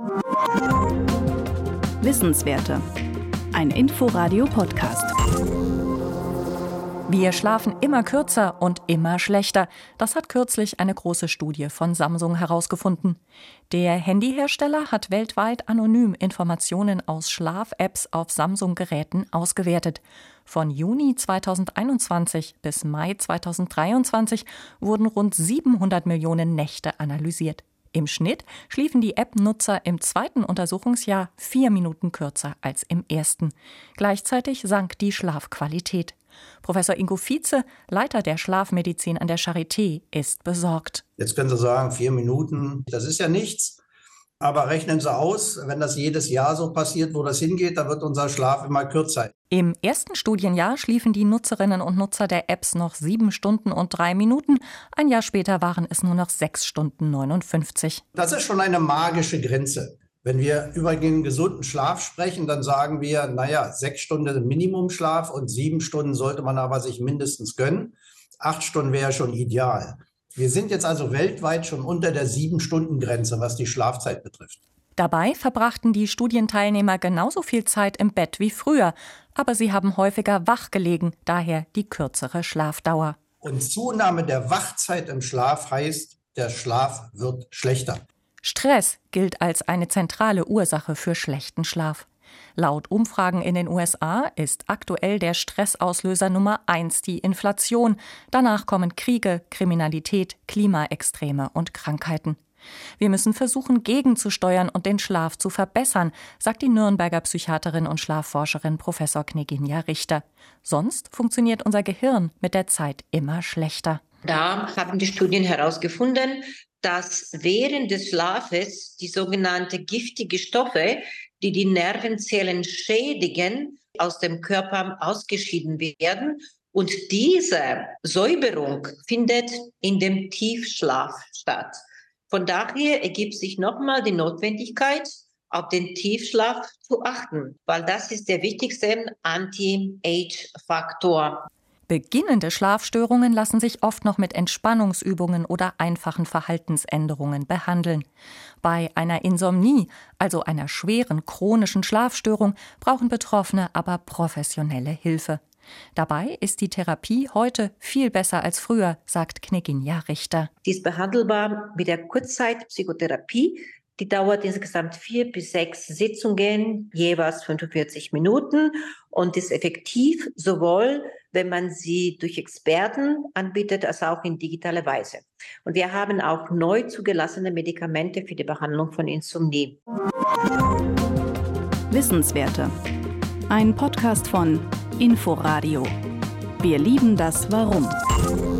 Wissenswerte. Ein Info-Radio-Podcast. Wir schlafen immer kürzer und immer schlechter. Das hat kürzlich eine große Studie von Samsung herausgefunden. Der Handyhersteller hat weltweit anonym Informationen aus Schlaf-Apps auf Samsung-Geräten ausgewertet. Von Juni 2021 bis Mai 2023 wurden rund 700 Millionen Nächte analysiert. Im Schnitt schliefen die App-Nutzer im zweiten Untersuchungsjahr 4 Minuten kürzer als im ersten. Gleichzeitig sank die Schlafqualität. Professor Ingo Vietze, Leiter der Schlafmedizin an der Charité, ist besorgt. Jetzt können Sie sagen, 4 Minuten, das ist ja nichts. Aber rechnen Sie aus, wenn das jedes Jahr so passiert, wo das hingeht, dann wird unser Schlaf immer kürzer. Im ersten Studienjahr schliefen die Nutzerinnen und Nutzer der Apps noch 7 Stunden und 3 Minuten. Ein Jahr später waren es nur noch 6 Stunden 59. Das ist schon eine magische Grenze. Wenn wir über den gesunden Schlaf sprechen, dann sagen wir, 6 Stunden Minimumschlaf und 7 Stunden sollte man aber sich mindestens gönnen. 8 Stunden wäre schon ideal. Wir sind jetzt also weltweit schon unter der 7-Stunden-Grenze, was die Schlafzeit betrifft. Dabei verbrachten die Studienteilnehmer genauso viel Zeit im Bett wie früher. Aber sie haben häufiger wach gelegen, daher die kürzere Schlafdauer. Und Zunahme der Wachzeit im Schlaf heißt, der Schlaf wird schlechter. Stress gilt als eine zentrale Ursache für schlechten Schlaf. Laut Umfragen in den USA ist aktuell der Stressauslöser Nummer 1 die Inflation. Danach kommen Kriege, Kriminalität, Klimaextreme und Krankheiten. Wir müssen versuchen, gegenzusteuern und den Schlaf zu verbessern, sagt die Nürnberger Psychiaterin und Schlafforscherin Professor Kneginja Richter. Sonst funktioniert unser Gehirn mit der Zeit immer schlechter. Da haben die Studien herausgefunden, dass während des Schlafes die sogenannten giftigen Stoffe, die die Nervenzellen schädigen, aus dem Körper ausgeschieden werden. Und diese Säuberung findet in dem Tiefschlaf statt. Von daher ergibt sich nochmal die Notwendigkeit, auf den Tiefschlaf zu achten, weil das ist der wichtigste Anti-Age-Faktor. Beginnende Schlafstörungen lassen sich oft noch mit Entspannungsübungen oder einfachen Verhaltensänderungen behandeln. Bei einer Insomnie, also einer schweren chronischen Schlafstörung, brauchen Betroffene aber professionelle Hilfe. Dabei ist die Therapie heute viel besser als früher, sagt Kneginja Richter. Die ist behandelbar mit der Kurzzeitpsychotherapie. Die dauert insgesamt 4 bis 6 Sitzungen, jeweils 45 Minuten und ist effektiv, sowohl wenn man sie durch Experten anbietet, als auch in digitaler Weise. Und wir haben auch neu zugelassene Medikamente für die Behandlung von Insomnie. Wissenswerte. Ein Podcast von Info-Radio. Wir lieben das Warum.